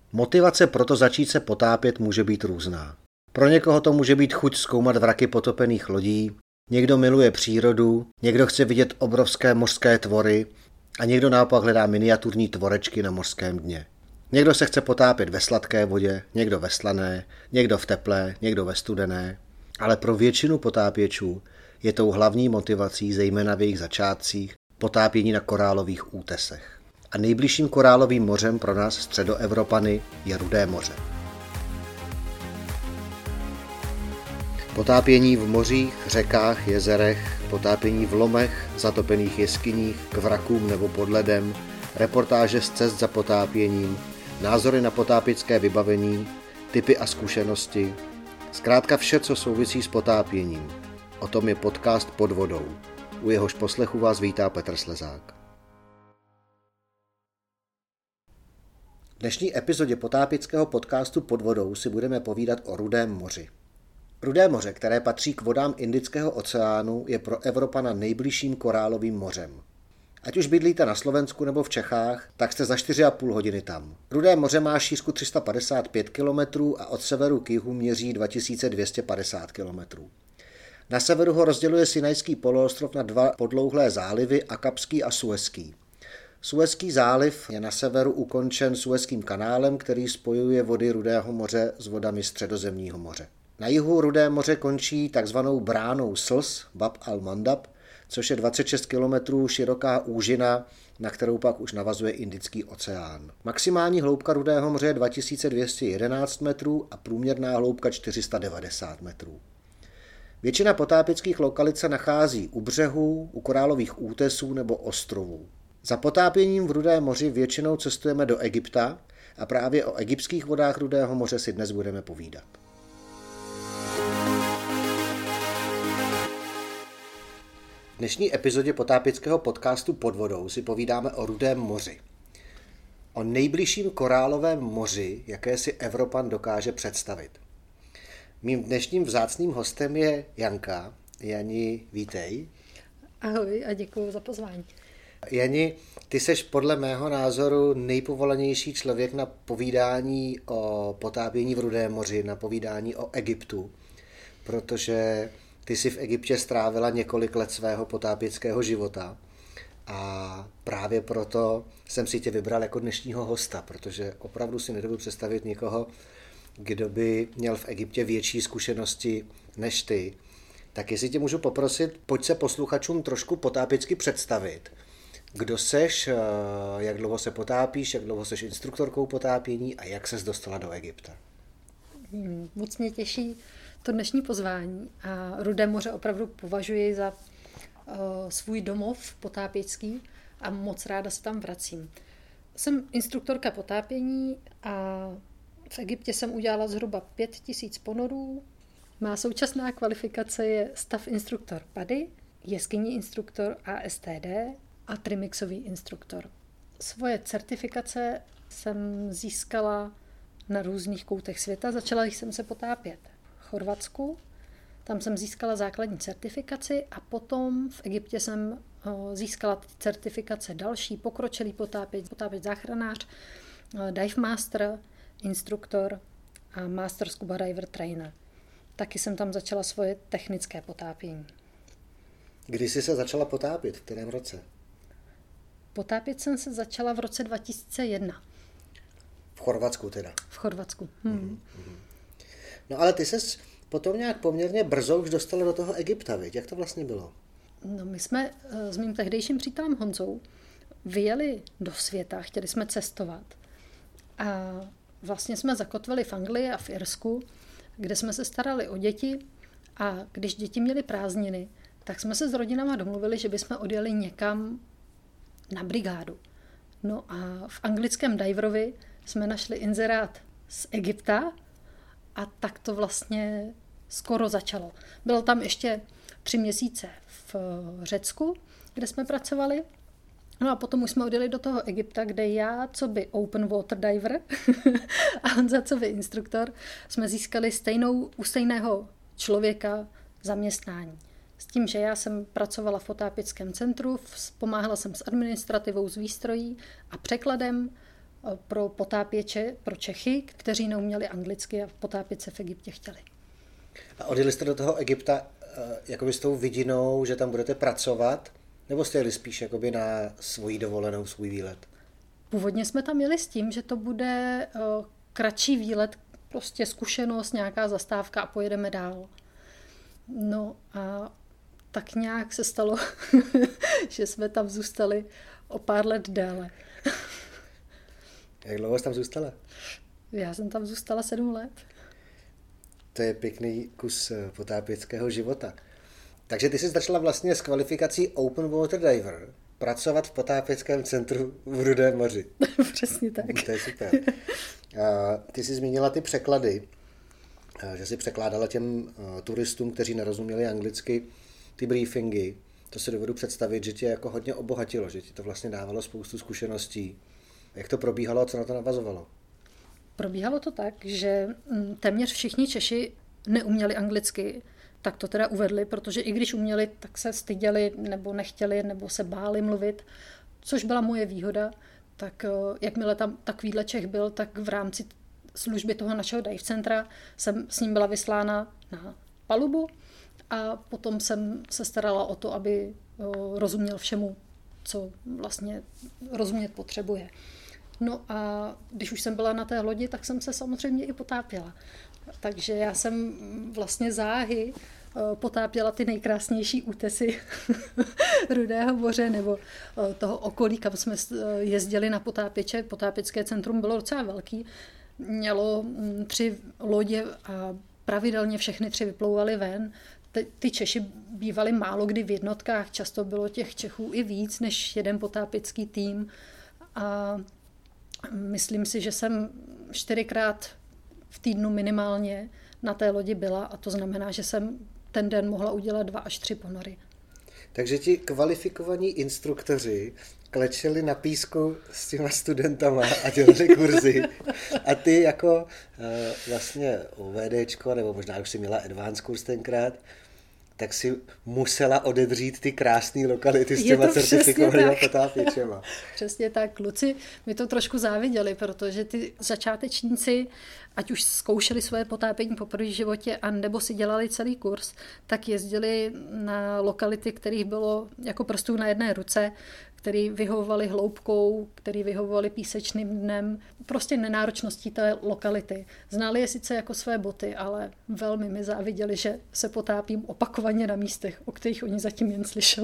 Motivace proto začít se potápět může být různá. Pro někoho to může být chuť zkoumat vraky potopených lodí, někdo miluje přírodu, někdo chce vidět obrovské mořské tvory a někdo naopak hledá miniaturní tvorečky na mořském dně. Někdo se chce potápět ve sladké vodě, někdo ve slané, někdo v teplé, někdo ve studené, ale pro většinu potápěčů je tou hlavní motivací, zejména v jejich začátcích, potápění na korálových útesech. A nejbližším korálovým mořem pro nás Středoevropany je Rudé moře. Potápění v mořích, řekách, jezerech, potápění v lomech, zatopených jeskyních, k vrakům nebo pod ledem, reportáže z cest za potápěním, názory na potápěcké vybavení, tipy a zkušenosti, zkrátka vše, co souvisí s potápěním. O tom je podcast Pod vodou. U jehož poslechu vás vítá Petr Slezák. V dnešní epizodě potápěckého podcastu Pod vodou si budeme povídat o Rudém moři. Rudé moře, které patří k vodám Indického oceánu, je pro Evropana nejbližším korálovým mořem. Ať už bydlíte na Slovensku nebo v Čechách, tak jste za 4,5 hodiny tam. Rudé moře má šířku 355 km a od severu k jihu měří 2250 km. Na severu ho rozděluje Sinajský poloostrov na dva podlouhlé zálivy, Akabský a Suezský. Suezský záliv je na severu ukončen Suezským kanálem, který spojuje vody Rudého moře s vodami Středozemního moře. Na jihu Rudé moře končí takzvanou bránou slz, Bab al-Mandab, což je 26 km široká úžina, na kterou pak už navazuje Indický oceán. Maximální hloubka Rudého moře je 2211 metrů a průměrná hloubka 490 metrů. Většina potápěckých lokalit se nachází u břehů, u korálových útesů nebo ostrovů. Za potápěním v Rudém moři většinou cestujeme do Egypta a právě o egyptských vodách Rudého moře si dnes budeme povídat. V dnešní epizodě potápěckého podcastu Pod vodou si povídáme o Rudém moři. O nejbližším korálovém moři, jaké si Evropan dokáže představit. Mým dnešním vzácným hostem je Janka. Jani, vítej. Ahoj a děkuji za pozvání. Jani, ty seš podle mého názoru nejpovolanější člověk na povídání o potápění v Rudém moři, na povídání o Egyptu, protože ty jsi v Egyptě strávila několik let svého potápěckého života a právě proto jsem si tě vybral jako dnešního hosta, protože opravdu si nedovedu představit někoho, kdo by měl v Egyptě větší zkušenosti než ty. Tak jestli tě můžu poprosit, pojď se posluchačům trošku potápěcky představit. Kdo seš, jak dlouho se potápíš, jak dlouho seš instruktorkou potápění a jak ses dostala do Egypta? Moc mě těší to dnešní pozvání a Rudé moře opravdu považuji za svůj domov potápěcký a moc ráda se tam vracím. Jsem instruktorka potápění a v Egyptě jsem udělala zhruba 5000 ponorů. Má současná kvalifikace je stav instruktor PADI, jeskyní instruktor ASTD a trimixový instruktor. Svoje certifikace jsem získala na různých koutech světa. Začala jsem se potápět v Chorvatsku, tam jsem získala základní certifikaci a potom v Egyptě jsem získala certifikace další, pokročilý potápěč záchranář, dive master, instruktor a master scuba diver trainer. Taky jsem tam začala svoje technické potápění. Kdy jsi se začala potápět? V kterém roce? Potápět jsem se začala v roce 2001. V Chorvatsku teda? V Chorvatsku. No ale ty ses potom nějak poměrně brzo už dostala do toho Egypta, viď? Jak to vlastně bylo? No my jsme s mým tehdejším přítelem Honzou vyjeli do světa, chtěli jsme cestovat. A vlastně jsme zakotvili v Anglii a v Irsku, kde jsme se starali o děti a když děti měly prázdniny, tak jsme se s rodinama domluvili, že bychom odjeli někam na brigádu. No a v anglickém diverovi jsme našli inzerát z Egypta a tak to vlastně skoro začalo. Bylo tam ještě 3 měsíce v Řecku, kde jsme pracovali. No a potom už jsme odjeli do toho Egypta, kde já, co by open water diver a Honza, co by instruktor, jsme získali u stejného člověka zaměstnání. S tím, že já jsem pracovala v potápěckém centru, pomáhala jsem s administrativou, s výstrojí a překladem pro potápěče, pro Čechy, kteří neuměli anglicky a potápět se v Egyptě chtěli. A odjeli jste do toho Egypta jakoby s tou vidinou, že tam budete pracovat, nebo jste jeli spíš jakoby na svoji dovolenou, svůj výlet? Původně jsme tam jeli s tím, že to bude kratší výlet, prostě zkušenost, nějaká zastávka a pojedeme dál. No a tak nějak se stalo, že jsme tam zůstali o pár let déle. Jak dlouho jsi tam zůstala? Já jsem tam zůstala 7 let. To je pěkný kus potápěckého života. Takže ty jsi začala vlastně s kvalifikací Open Water Diver pracovat v potápěckém centru v Rudém moři. Přesně tak. To je super. A ty jsi zmínila ty překlady, že jsi překládala těm turistům, kteří nerozuměli anglicky, ty briefingy. To si dovedu představit, že tě jako hodně obohatilo, že ti to vlastně dávalo spoustu zkušeností. Jak to probíhalo a co na to navazovalo? Probíhalo to tak, že téměř všichni Češi neuměli anglicky, tak to teda uvedli, protože i když uměli, tak se styděli nebo nechtěli nebo se báli mluvit, což byla moje výhoda. Tak jakmile tam takovýhle Čech byl, tak v rámci služby toho našeho dive centra jsem s ním byla vyslána na palubu a potom jsem se starala o to, aby rozuměl všemu, co vlastně rozumět potřebuje. No a když už jsem byla na té lodi, tak jsem se samozřejmě i potápěla. Takže já jsem vlastně záhy potápěla ty nejkrásnější útesy Rudého moře nebo toho okolí, kam jsme jezdili na potápěče. Potápěcké centrum bylo docela velký. Mělo 3 lodě a pravidelně všechny 3 vyplouvaly ven. Ty Češi bývali málo kdy v jednotkách, často bylo těch Čechů i víc než jeden potápěcký tým. A myslím si, že jsem 4krát v týdnu minimálně na té lodi byla a to znamená, že jsem ten den mohla udělat 2 až 3 ponory. Takže ti kvalifikovaní instruktoři klečeli na písku s těma studentama a dělali kurzy a ty jako vlastně OVDčko, nebo možná už si měla advanced kurz tenkrát, tak si musela odedřít ty krásné lokality s těma certifikovanými potápěčema. Přesně tak. Kluci mi to trošku záviděli, protože ty začátečníci, ať už zkoušeli svoje potápění poprvé v životě, anebo si dělali celý kurz, tak jezdili na lokality, kterých bylo jako prstů na jedné ruce, který vyhovovaly hloubkou, který vyhovovaly písečným dnem, prostě nenáročností té lokality. Znali je sice jako své boty, ale velmi mi záviděli, že se potápím opakovaně na místech, o kterých oni zatím jen slyšeli.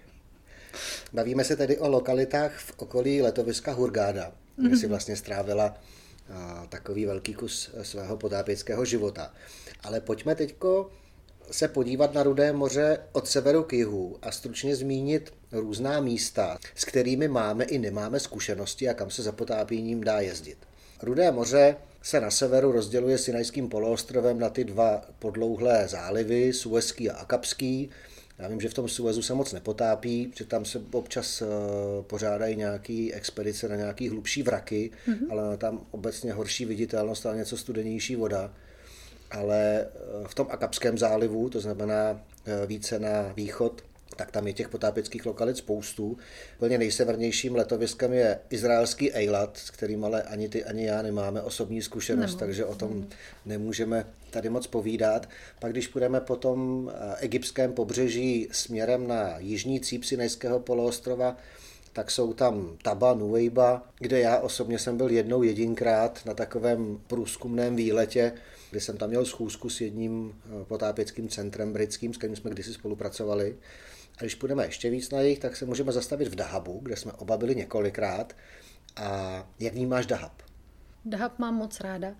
Bavíme se tedy o lokalitách v okolí letoviska Hurgáda, kde si vlastně strávila takový velký kus svého potápěckého života. Ale pojďme teďko se podívat na Rudé moře od severu k jihu a stručně zmínit různá místa, s kterými máme i nemáme zkušenosti a kam se za potápěním dá jezdit. Rudé moře se na severu rozděluje Sinajským poloostrovem na ty 2 podlouhlé zálivy, Suezský a Akabský. Já vím, že v tom Suezu se moc nepotápí, že tam se občas pořádají nějaké expedice na nějaké hlubší vraky, ale tam obecně horší viditelnost a něco studenější voda. Ale v tom Akabském zálivu, to znamená více na východ, tak tam je těch potápěckých lokalit spoustu. Úplně nejsevernějším letoviskem je izraelský Eilat, s kterým ale ani ty, ani já nemáme osobní zkušenost, takže o tom nemůžeme tady moc povídat. Pak když půjdeme po tom egyptském pobřeží směrem na jižní cíp Sinajského poloostrova, tak jsou tam Taba, Nuwejba, kde já osobně jsem byl jedinkrát na takovém průzkumném výletě, kdy jsem tam měl schůzku s jedním potápěckým centrem britským, s kterým jsme kdysi spolupracovali. A když půjdeme ještě víc na jih, tak se můžeme zastavit v Dahabu, kde jsme oba byli několikrát. A jak vnímáš Dahab? Dahab mám moc ráda.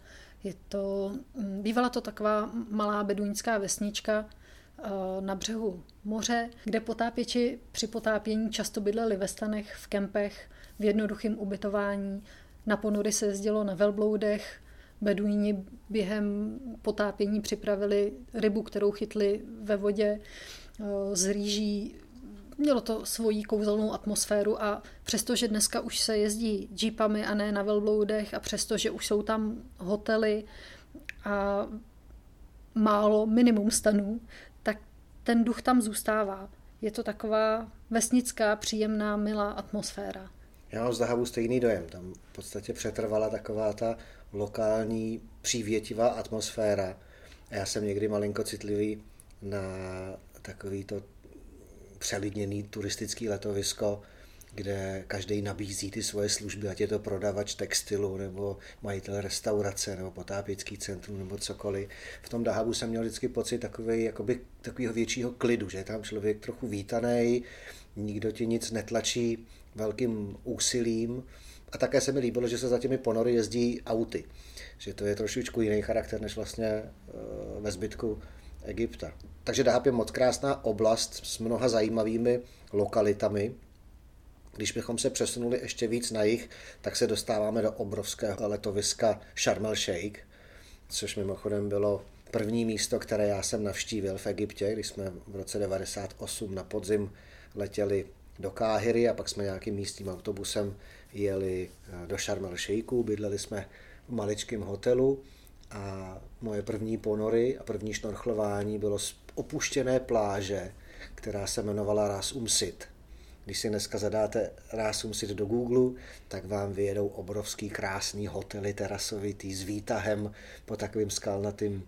Bývala to taková malá beduínská vesnička na břehu moře, kde potápěči při potápění často bydleli ve stanech, v kempech, v jednoduchém ubytování. Na ponory se jezdilo na velbloudech. Beduíni během potápění připravili rybu, kterou chytli ve vodě z rýží. Mělo to svoji kouzelnou atmosféru a přestože dneska už se jezdí jeepami a ne na velbloudech a přestože už jsou tam hotely a minimum stanů, tak ten duch tam zůstává. Je to taková vesnická, příjemná, milá atmosféra. Já mám z Dahabu stejný dojem. Tam v podstatě přetrvala taková ta lokální přívětivá atmosféra. A já jsem někdy malinko citlivý na takový to přelidněný turistický letovisko, kde každý nabízí ty svoje služby, ať je to prodavač textilu, nebo majitel restaurace, nebo potápěcký centrum, nebo cokoliv. V tom Dahabu jsem měl vždycky pocit takového většího klidu, že je tam člověk trochu vítaný, nikdo ti nic netlačí velkým úsilím. A také se mi líbilo, že se za těmi ponory jezdí auty, že to je trošičku jiný charakter, než vlastně ve zbytku Egypta. Takže Dahab je moc krásná oblast s mnoha zajímavými lokalitami. Když bychom se přesunuli ještě víc na jih, tak se dostáváme do obrovského letoviska Sharm el-Sheikh, což mimochodem bylo první místo, které já jsem navštívil v Egyptě, když jsme v roce 1998 na podzim letěli do Káhiry a pak jsme nějakým místním autobusem jeli do Sharm el-Sheikhu, bydleli jsme v maličkém hotelu a moje první ponory a první šnorchlování bylo z opuštěné pláže, která se jmenovala Ras Umsit. Když si dneska zadáte Ras Umsit do Google, tak vám vyjedou obrovský krásný hotely terasovitý s výtahem po takovým skalnatým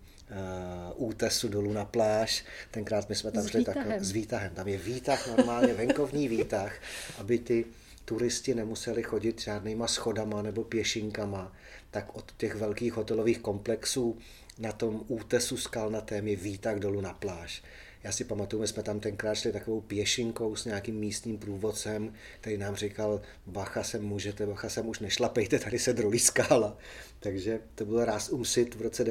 útesu dolů na pláž. Tenkrát my jsme tam šli s výtahem. Tam je výtah, normálně venkovní výtah, aby ty turisti nemuseli chodit žádnýma schodama nebo pěšinkama, tak od těch velkých hotelových komplexů na tom útesu skalnatém je výtah dolů na pláž. Já si pamatuju, my jsme tam tenkrát šli takovou pěšinkou s nějakým místním průvodcem, který nám říkal, bacha sem můžete, bacha sem už nešlapejte, tady se drolí skála. Takže to byl Ras Umsit v roce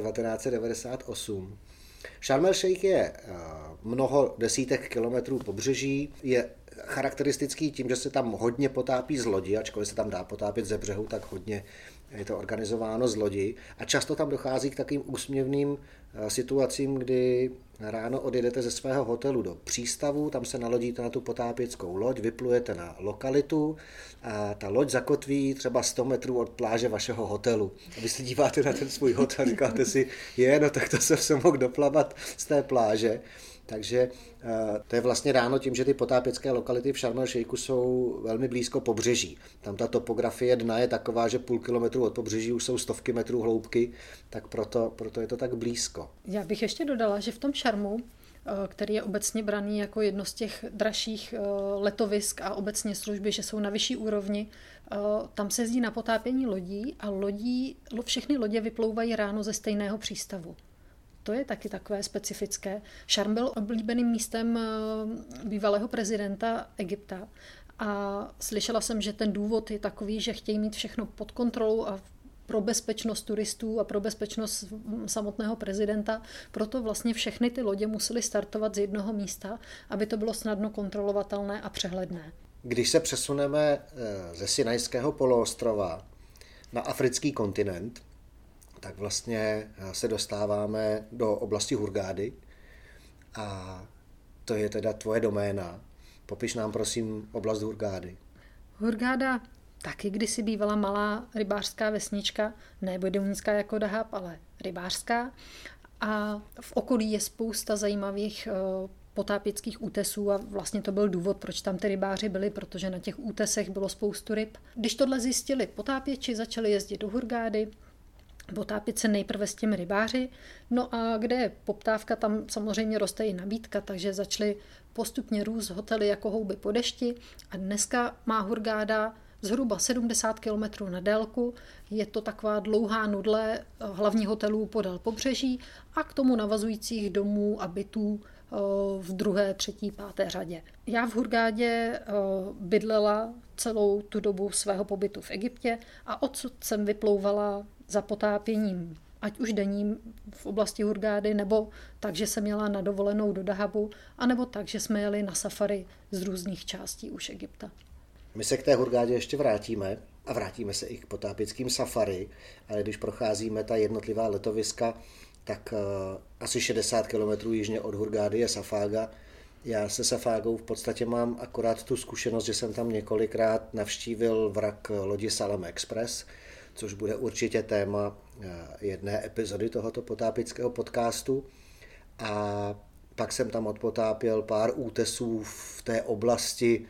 1998. Sharm el-Sheikh je mnoho desítek kilometrů pobřeží, je charakteristický tím, že se tam hodně potápí z lodi, ačkoliv se tam dá potápět ze břehu, tak hodně je to organizováno z lodi a často tam dochází k takovým úsměvným situacím, kdy ráno odjedete ze svého hotelu do přístavu, tam se nalodíte na tu potápěckou loď, vyplujete na lokalitu a ta loď zakotví třeba 100 metrů od pláže vašeho hotelu. A vy se díváte na ten svůj hotel a říkáte si, tak to jsem se mohl doplavat z té pláže. Takže to je vlastně dáno tím, že ty potápěcké lokality v Sharm el-Sheikhu jsou velmi blízko pobřeží. Tam ta topografie dna je taková, že půl kilometru od pobřeží už jsou stovky metrů hloubky, tak proto je to tak blízko. Já bych ještě dodala, že v tom Sharmu, který je obecně braný jako jedno z těch dražších letovisk a obecně služby, že jsou na vyšší úrovni, tam se jezdí na potápění lodí a všechny lodě vyplouvají ráno ze stejného přístavu. To je taky takové specifické. Sharm byl oblíbeným místem bývalého prezidenta Egypta a slyšela jsem, že ten důvod je takový, že chtějí mít všechno pod kontrolou a pro bezpečnost turistů a pro bezpečnost samotného prezidenta. Proto vlastně všechny ty lodě musely startovat z jednoho místa, aby to bylo snadno kontrolovatelné a přehledné. Když se přesuneme ze Sinajského poloostrova na africký kontinent, tak vlastně se dostáváme do oblasti Hurgády a to je teda tvoje doména. Popiš nám prosím oblast Hurgády. Hurgáda taky kdysi bývala malá rybářská vesnička, ne beduínská jako Dahab, ale rybářská. A v okolí je spousta zajímavých potápěckých útesů a vlastně to byl důvod, proč tam ty rybáři byli, protože na těch útesech bylo spoustu ryb. Když tohle zjistili potápěči, začali jezdit do Hurgády, potápět se nejprve s těmi rybáři, no a kde je poptávka, tam samozřejmě roste i nabídka, takže začaly postupně růst hotely jako houby po dešti a dneska má Hurgáda zhruba 70 km na délku, je to taková dlouhá nudle hlavních hotelů podél pobřeží a k tomu navazujících domů a bytů v druhé, třetí, páté řadě. Já v Hurgádě bydlela celou tu dobu svého pobytu v Egyptě a odsud jsem vyplouvala za potápěním, ať už denním v oblasti Hurgády, nebo tak, že jsem jela na dovolenou do Dahabu, anebo tak, že jsme jeli na safari z různých částí už Egypta. My se k té Hurgádě ještě vrátíme a vrátíme se i k potápěckým safari, ale když procházíme ta jednotlivá letoviska, tak asi 60 km jižně od Hurgády je Safága. Já se Safágou v podstatě mám akorát tu zkušenost, že jsem tam několikrát navštívil vrak lodi Salem Express, což bude určitě téma jedné epizody tohoto potápěckého podcastu. A pak jsem tam odpotápěl pár útesů v té oblasti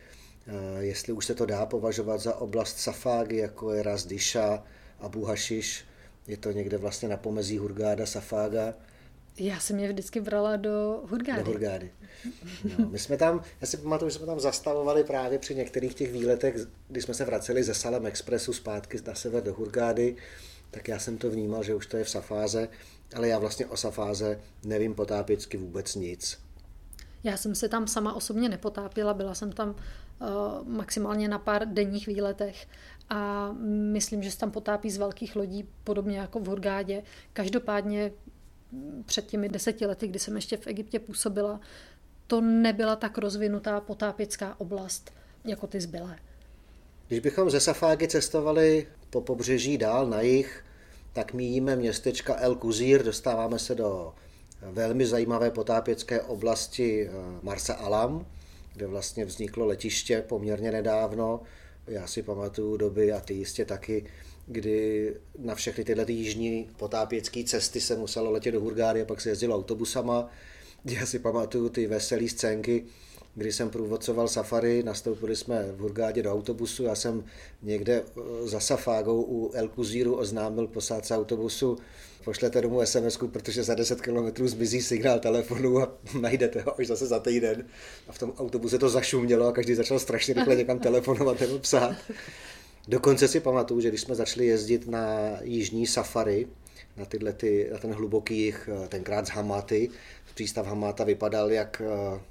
jestli už se to dá považovat za oblast Safágy, jako je Ras Disha, Abu Hashish, je to někde vlastně na pomezí Hurgáda, Safága. Já jsem je vždycky brala do Hurgády. Do Hurgády. No, já si pamatuju, že jsme tam zastavovali právě při některých těch výletech, když jsme se vraceli ze Salem Expressu zpátky na sever do Hurgády, tak já jsem to vnímal, že už to je v Safáze, ale já vlastně o Safáze nevím potápěcky vůbec nic. Já jsem se tam sama osobně nepotápila, byla jsem tam maximálně na pár denních výletech a myslím, že se tam potápí z velkých lodí, podobně jako v Hurgádě. Každopádně před těmi 10 lety, kdy jsem ještě v Egyptě působila, to nebyla tak rozvinutá potápěcká oblast jako ty zbylé. Když bychom ze Safágy cestovali po pobřeží dál na jih, tak míjíme městečka El Kuzír, dostáváme se do velmi zajímavé potápěcké oblasti Marsa Alam, kde vlastně vzniklo letiště poměrně nedávno. Já si pamatuju doby, a ty jistě taky, kdy na všechny tyhle jižní potápěcké cesty se muselo letět do Hurgády a pak se jezdilo autobusama. Já si pamatuju ty veselé scénky, kdy jsem průvodcoval safari, nastoupili jsme v Hurgádě do autobusu, já jsem někde za Safágou u El Kuzíru oznámil posádce autobusu, pošlete domů SMS-ku, protože za 10 km zmizí signál telefonu a najdete ho až zase za týden. A v tom autobuse to zašumělo a každý začal strašně rychle někam telefonovat nebo psát. Dokonce si pamatuju, že když jsme začali jezdit na jižní safari, na ten hluboký jih, tenkrát z Hamaty, přístav Hamata vypadal jak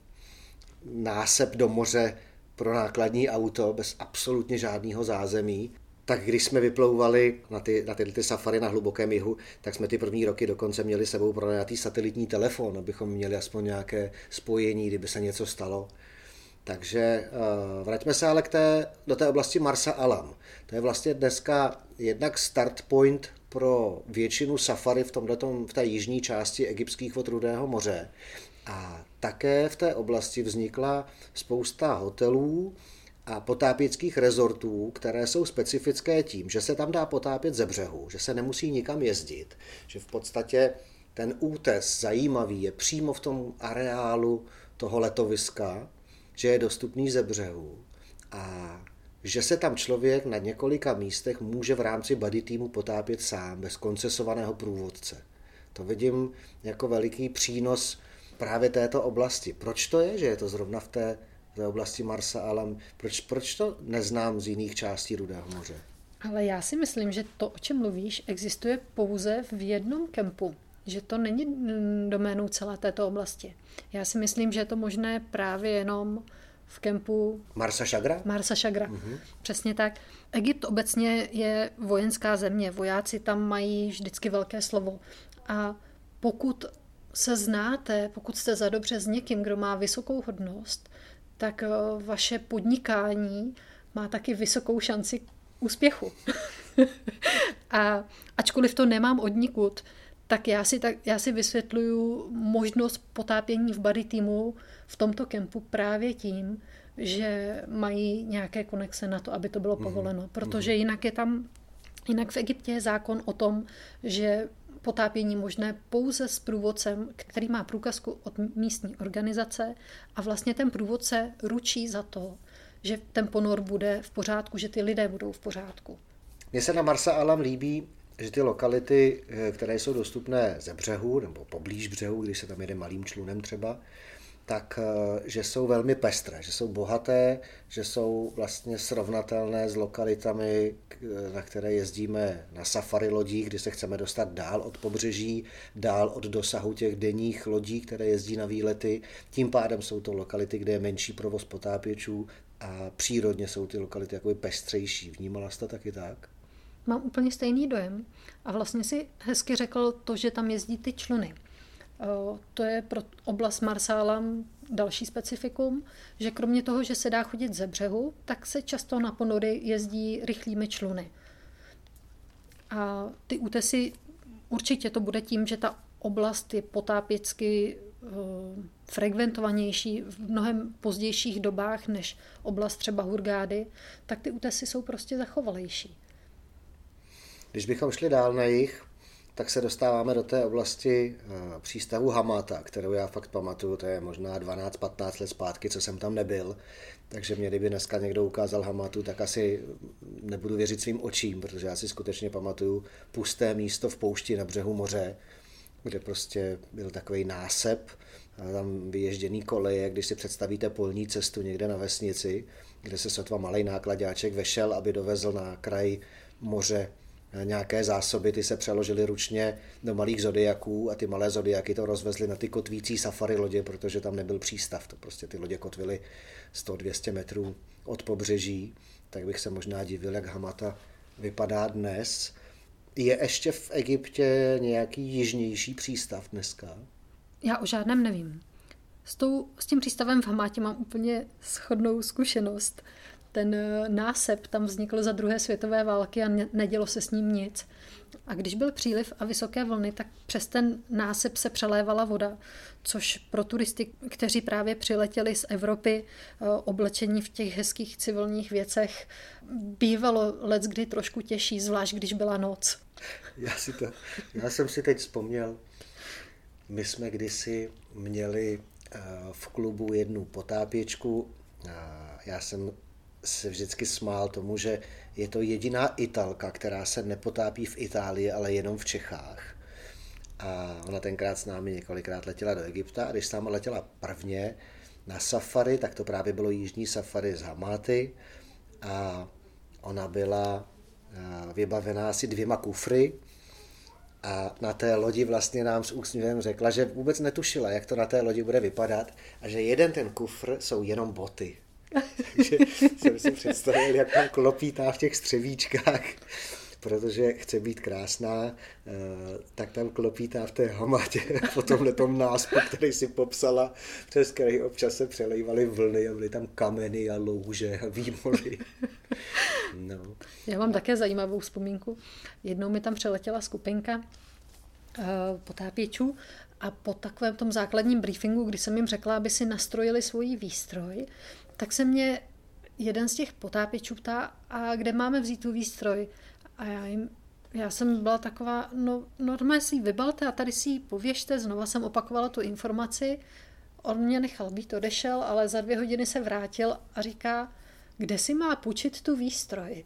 násep do moře pro nákladní auto bez absolutně žádného zázemí. Tak když jsme vyplouvali na ty safari na hlubokém jihu, tak jsme ty první roky dokonce měli sebou pronajatý satelitní telefon, abychom měli aspoň nějaké spojení, kdyby se něco stalo. Takže vraťme se ale do té oblasti Marsa Alam. To je vlastně dneska jednak start point pro většinu safari v té jižní části egyptských vod Rudého moře. A také v té oblasti vznikla spousta hotelů a potápěckých rezortů, které jsou specifické tím, že se tam dá potápět ze břehu, že se nemusí nikam jezdit, že v podstatě ten útes zajímavý je přímo v tom areálu toho letoviska, že je dostupný ze břehu a že se tam člověk na několika místech může v rámci buddy týmu potápět sám, bez koncesovaného průvodce. To vidím jako veliký přínos právě této oblasti. Proč to je, že je to zrovna v té oblasti Marsa Alam? Proč to neznám z jiných částí Rudého moře? Ale já si myslím, že to, o čem mluvíš, existuje pouze v jednom kempu. Že to není doménou celé této oblasti. Já si myslím, že je to možné právě jenom v kempu Marsa Shagra? Marsa Shagra, přesně tak. Egypt obecně je vojenská země. Vojáci tam mají vždycky velké slovo. A pokud se znáte, pokud jste za dobře s někým, kdo má vysokou hodnost, tak vaše podnikání má taky vysokou šanci úspěchu. A ačkoliv to nemám odnikud, tak já si vysvětluju možnost potápění v buddy týmu v tomto kempu právě tím, že mají nějaké konexe na to, aby to bylo povoleno. Protože jinak v Egyptě je zákon o tom, že potápění možné pouze s průvodcem, který má průkazku od místní organizace a vlastně ten průvodce ručí za to, že ten ponor bude v pořádku, že ty lidé budou v pořádku. Mně se na Marsa Alam líbí, že ty lokality, které jsou dostupné ze břehu nebo poblíž břehu, když se tam jede malým člunem třeba, tak že jsou velmi pestré, že jsou bohaté, že jsou vlastně srovnatelné s lokalitami, na které jezdíme na safari lodí, kdy se chceme dostat dál od pobřeží, dál od dosahu těch denních lodí, které jezdí na výlety. Tím pádem jsou to lokality, kde je menší provoz potápěčů a přírodně jsou ty lokality jakoby pestřejší. Vnímala jste to taky tak? Mám úplně stejný dojem a vlastně si hezky řekl to, že tam jezdí ty čluny. To je pro oblast Marsa Alam další specifikum, že kromě toho, že se dá chodit ze břehu, tak se často na ponory jezdí rychlými čluny. A ty útesy, určitě to bude tím, že ta oblast je potápěcky frekventovanější v mnohem pozdějších dobách než oblast třeba Hurgády, tak ty útesy jsou prostě zachovalejší. Když bychom šli dál na jih, tak se dostáváme do té oblasti přístavu Hamata, kterou já fakt pamatuju, to je možná 12-15 let zpátky, co jsem tam nebyl. Takže mě, kdyby dneska někdo ukázal Hamatu, tak asi nebudu věřit svým očím, protože já si skutečně pamatuju pusté místo v poušti na břehu moře, kde prostě byl takový násep, tam vyježděný koleje, když si představíte polní cestu někde na vesnici, kde se sotva malej nákladáček vešel, aby dovezl na kraj moře nějaké zásoby, ty se přeložily ručně do malých zodiaků a ty malé zodiaky to rozvezly na ty kotvící safari lodě, protože tam nebyl přístav. To prostě ty lodě kotvily 100-200 metrů od pobřeží, tak bych se možná divil, jak Hamata vypadá dnes. Je ještě v Egyptě nějaký jižnější přístav dneska? Já o žádném nevím. S tím přístavem v Hamátě mám úplně shodnou zkušenost. Ten násep tam vznikl za druhé světové války a nedělo se s ním nic. A když byl příliv a vysoké vlny, tak přes ten násep se přelévala voda, což pro turisty, kteří právě přiletěli z Evropy, oblečení v těch hezkých civilních věcech, bývalo leckdy trošku těžší, zvlášť když byla noc. Já jsem si teď vzpomněl, my jsme kdysi měli v klubu jednu potápěčku, já jsem se vždycky smál tomu, že je to jediná Italka, která se nepotápí v Itálii, ale jenom v Čechách. A ona tenkrát s námi několikrát letěla do Egypta a když s námi letěla prvně na safari, tak to právě bylo jižní safari z Hamaty a ona byla vybavená asi 2 kufry a na té lodi vlastně nám s úsměvem řekla, že vůbec netušila, jak to na té lodi bude vypadat a že jeden ten kufr jsou jenom boty. Takže jsem si představil, jak tam klopítá v těch střevíčkách, protože chce být krásná, tak tam klopítá v té Hamatě po tomhletom náspu, který si popsala, přes který občas se přelejvaly vlny a byly tam kameny a louže a výmoly. No. Já mám také zajímavou vzpomínku. Jednou mi tam přeletěla skupinka potápěčů a po takovém tom základním briefingu, kdy jsem jim řekla, aby si nastrojili svůj výstroj, tak se mě jeden z těch potápěčů ptá, a kde máme vzít tu výstroj? A já jsem byla taková, no normálně si ji vybalte a tady si ji pověžte, znova jsem opakovala tu informaci, on mě nechal být, odešel, ale za 2 hodiny se vrátil a říká, kde si má půjčit tu výstroj?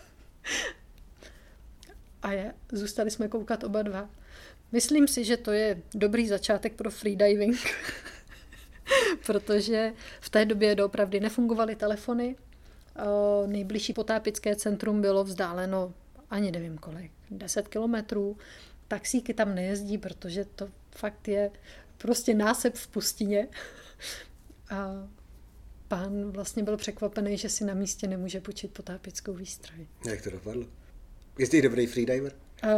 A zůstali jsme koukat oba dva. Myslím si, že to je dobrý začátek pro freediving, protože v té době doopravdy nefungovaly telefony, nejbližší potápěcké centrum bylo vzdáleno ani nevím kolik, 10 kilometrů, taxíky tam nejezdí, protože to fakt je prostě násep v pustině a pán vlastně byl překvapený, že si na místě nemůže půjčit potápěckou výstroj. Jak to dopadlo? Jsi dobrý freediver?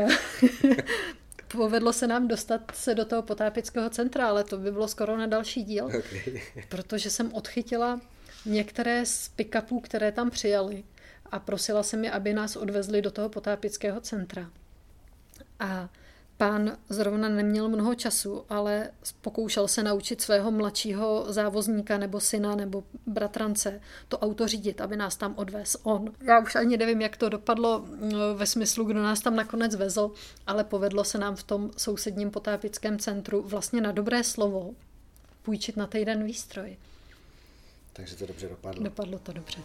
Povedlo se nám dostat se do toho potápěckého centra, ale to by bylo skoro na další díl, okay. Protože jsem odchytila některé z pick-upů, které tam přijali a prosila jsem je, aby nás odvezli do toho potápěckého centra. A pán zrovna neměl mnoho času, ale pokoušel se naučit svého mladšího závozníka nebo syna nebo bratrance to auto řídit, aby nás tam odvez on. Já už ani nevím, jak to dopadlo ve smyslu, kdo nás tam nakonec vezl, ale povedlo se nám v tom sousedním potápěckém centru vlastně na dobré slovo půjčit na týden výstroj. Takže to dobře dopadlo. Dopadlo to dobře.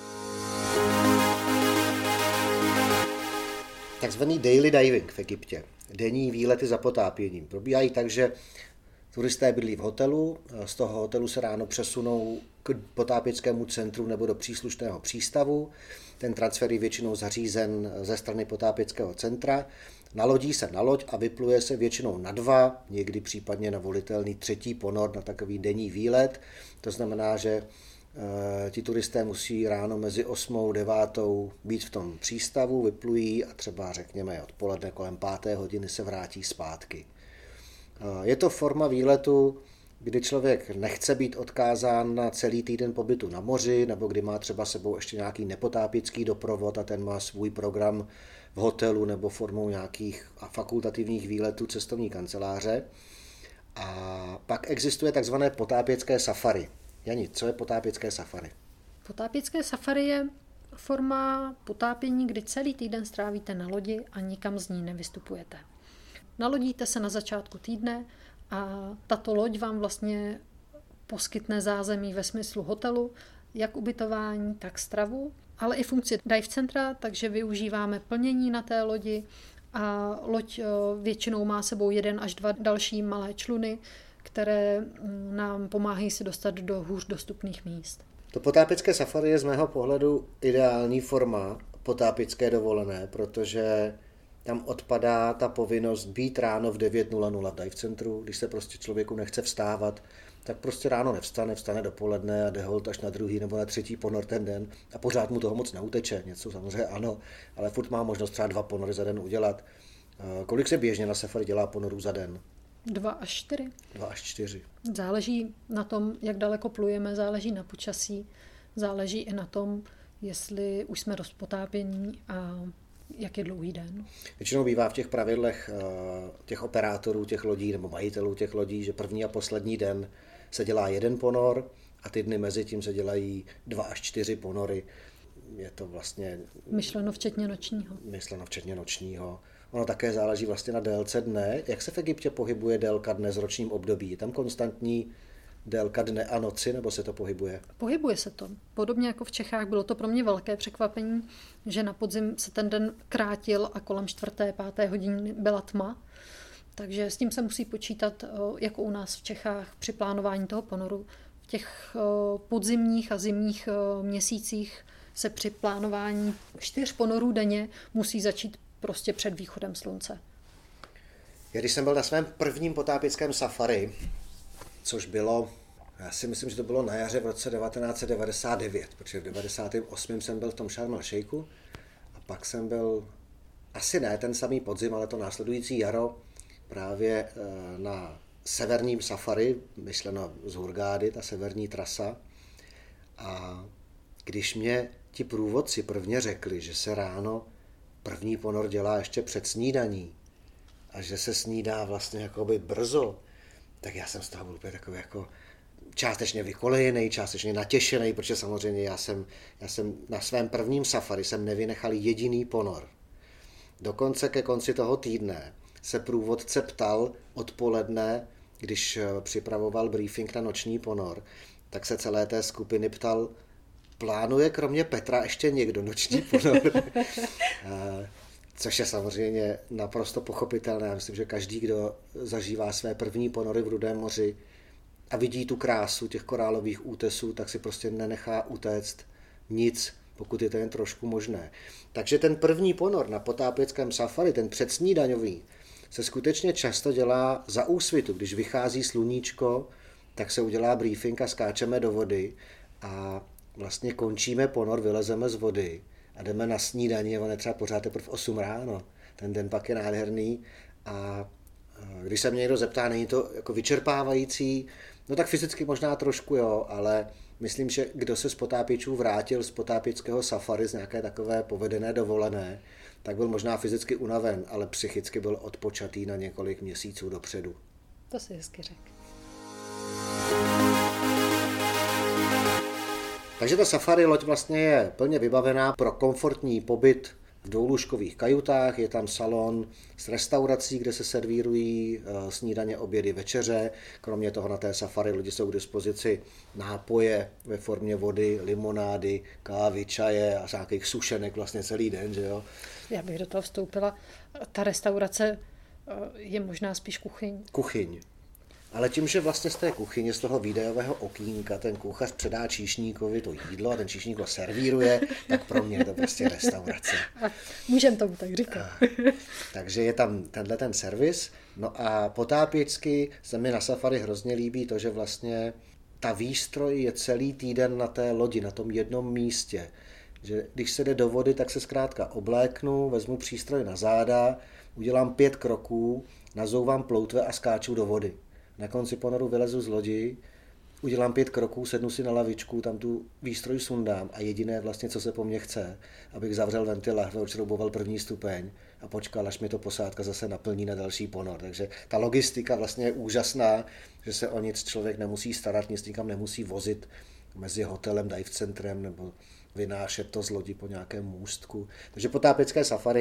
Takzvaný daily diving v Egyptě. Denní výlety za potápěním. Probíhají tak, že turisté bydlí v hotelu, z toho hotelu se ráno přesunou k potápěckému centru nebo do příslušného přístavu. Ten transfer je většinou zařízen ze strany potápěckého centra. Nalodí se na loď a vypluje se většinou na 2, někdy případně na volitelný 3. ponor na takový denní výlet. To znamená, že ti turisté musí ráno mezi 8. a 9. být v tom přístavu, vyplují a třeba řekněme odpoledne kolem 5. hodiny se vrátí zpátky. Je to forma výletu, kdy člověk nechce být odkázán na celý týden pobytu na moři, nebo kdy má třeba sebou ještě nějaký nepotápěcký doprovod a ten má svůj program v hotelu nebo formou nějakých fakultativních výletů cestovní kanceláře. A pak existuje takzvané potápěcké safari. Jani, co je potápěcké safari? Potápěcké safari je forma potápění, kdy celý týden strávíte na lodi a nikam z ní nevystupujete. Nalodíte se na začátku týdne a tato loď vám vlastně poskytne zázemí ve smyslu hotelu, jak ubytování, tak stravu, ale i funkci dive centra, takže využíváme plnění na té lodi a loď většinou má sebou 1 až 2 další malé čluny, které nám pomáhají se dostat do hůř dostupných míst. To potápěcké safari je z mého pohledu ideální forma potápěcké dovolené, protože tam odpadá ta povinnost být ráno v 9:00 v dive centru. Když se prostě člověku nechce vstávat, tak prostě ráno nevstane, vstane dopoledne a jde holt až na druhý nebo na třetí ponor ten den a pořád mu toho moc neuteče. Něco samozřejmě ano, ale furt má možnost třeba 2 ponory za den udělat. Kolik se běžně na safari dělá ponorů za den? 2 až 4. 2 až 4. Záleží na tom, jak daleko plujeme, záleží na počasí, záleží i na tom, jestli už jsme dost potápění a jak je dlouhý den. Většinou bývá v těch pravidlech těch operátorů těch lodí nebo majitelů těch lodí, že první a poslední den se dělá 1 ponor a ty dny mezi tím se dělají 2 až 4 ponory. Je to vlastně... Myšleno včetně nočního. Myšleno včetně nočního. Ono také záleží vlastně na délce dne. Jak se v Egyptě pohybuje délka dne s ročním období? Je tam konstantní délka dne a noci, nebo se to pohybuje? Pohybuje se to. Podobně jako v Čechách bylo to pro mě velké překvapení, že na podzim se ten den krátil a kolem 4., 5. hodiny byla tma. Takže s tím se musí počítat jako u nás v Čechách při plánování toho ponoru. V těch podzimních a zimních měsících se při plánování 4 ponorů denně musí začít prostě před východem slunce. Já když jsem byl na svém prvním potápěckém safari, což bylo, já si myslím, že to bylo na jaře v roce 1999, protože v 98. jsem byl v tom Šarm el-Šejku a pak jsem byl, asi ne ten samý podzim, ale to následující jaro právě na severním safari, myšleno z Hurgády, ta severní trasa. A když mě ti průvodci prvně řekli, že se ráno první ponor dělá ještě před snídaní a že se snídá vlastně jakoby brzo, tak já jsem z toho byl úplně takový jako částečně vykolejený, částečně natěšený, protože samozřejmě já jsem na svém prvním safari jsem nevynechal jediný ponor. Dokonce ke konci toho týdne se průvodce ptal odpoledne, když připravoval briefing na noční ponor, tak se celé té skupiny ptal, plánuje kromě Petra ještě někdo noční ponor? Což je samozřejmě naprosto pochopitelné. Já myslím, že každý, kdo zažívá své první ponory v Rudém moři a vidí tu krásu těch korálových útesů, tak si prostě nenechá utéct nic, pokud je to jen trošku možné. Takže ten první ponor na potápěckém safari, ten předsnídaňový, se skutečně často dělá za úsvitu. Když vychází sluníčko, tak se udělá briefing a skáčeme do vody a vlastně končíme ponor, vylezeme z vody a jdeme na snídaní, on je třeba pořád teprve v 8 ráno. Ten den pak je nádherný a když se mě někdo zeptá, není to jako vyčerpávající, no tak fyzicky možná trošku jo, ale myslím, že kdo se z potápěčů vrátil z potápěckého safari, z nějaké takové povedené dovolené, tak byl možná fyzicky unaven, ale psychicky byl odpočatý na několik měsíců dopředu. To si hezky řekl. Takže ta safari loď vlastně je plně vybavená pro komfortní pobyt v dvoulůžkových kajutách, je tam salon s restaurací, kde se servírují snídaně, obědy, večeře. Kromě toho na té safari lodi jsou k dispozici nápoje ve formě vody, limonády, kávy, čaje a nějakých sušenek vlastně celý den, že jo? Já bych do toho vstoupila. Ta restaurace je možná spíš kuchyň. Kuchyň. Ale tím, že vlastně z té kuchyně, z toho výdajového okýnka ten kuchař předá číšníkovi to jídlo a ten číšník ho servíruje, tak pro mě je to prostě restaurace. Můžem tomu tak říkat. Takže je tam tenhle ten servis. No a potápěcky se mi na safari hrozně líbí to, že vlastně ta výstroj je celý týden na té lodi, na tom jednom místě. Že když se jde do vody, tak se zkrátka obléknu, vezmu přístroj na záda, udělám 5 kroků, nazouvám ploutve a skáču do vody. Na konci ponoru vylezu z lodi, udělám 5 kroků, sednu si na lavičku, tam tu výstroj sundám a jediné vlastně, co se po mně chce, abych zavřel ventilátor, odšrouboval první stupeň a počkal, až mi to posádka zase naplní na další ponor. Takže ta logistika vlastně je úžasná, že se o nic člověk nemusí starat, nic nikam nemusí vozit mezi hotelem, dive centrem nebo vynášet to z lodi po nějakém můstku. Takže potápěcké safari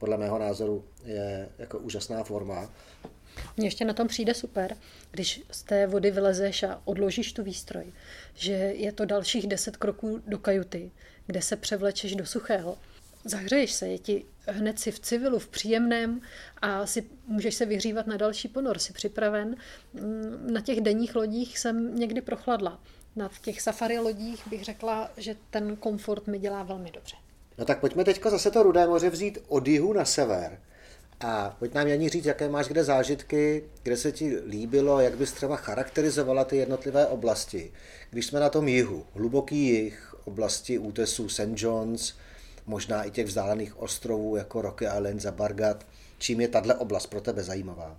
podle mého názoru je jako úžasná forma. Mně ještě na tom přijde super, když z té vody vylezeš a odložíš tu výstroj, že je to dalších 10 kroků do kajuty, kde se převlečeš do suchého. Zahřeješ se, je ti hned si v civilu, v příjemném a můžeš se vyhřívat na další ponor, jsi připraven. Na těch denních lodích jsem někdy prochladla. Na těch safari lodích bych řekla, že ten komfort mi dělá velmi dobře. No tak pojďme teďko zase to Rudé moře vzít od jihu na sever. A pojď nám, Janí, říct, jaké máš kde zážitky, kde se ti líbilo, jak bys třeba charakterizovala ty jednotlivé oblasti. Když jsme na tom jihu, hluboký jih, oblasti útesů St. John's, možná i těch vzdálených ostrovů jako Rocky Island, Zabargat, čím je tahle oblast pro tebe zajímavá?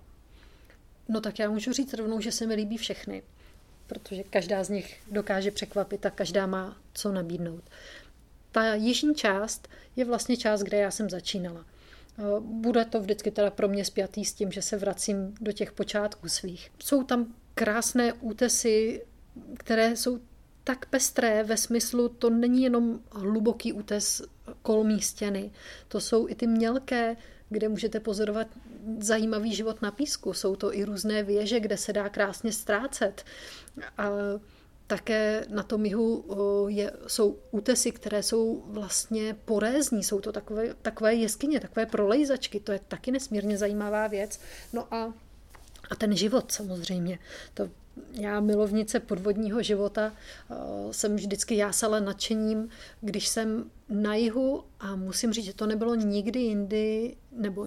No tak já můžu říct rovnou, že se mi líbí všechny, protože každá z nich dokáže překvapit a každá má co nabídnout. Ta jižní část je vlastně část, kde já jsem začínala. Bude to vždycky teda pro mě spjatý s tím, že se vracím do těch počátků svých. Jsou tam krásné útesy, které jsou tak pestré ve smyslu, to není jenom hluboký útes kolmí stěny, to jsou i ty mělké, kde můžete pozorovat zajímavý život na písku. Jsou to i různé věže, kde se dá krásně ztrácet. A také na tom jihu jsou útesy, které jsou vlastně porézní. Jsou to takové jeskyně, takové prolejzačky. To je taky nesmírně zajímavá věc. No a ten život samozřejmě. Já, milovnice podvodního života, jsem vždycky jásala nadšením, když jsem na jihu, a musím říct, že to nebylo nikdy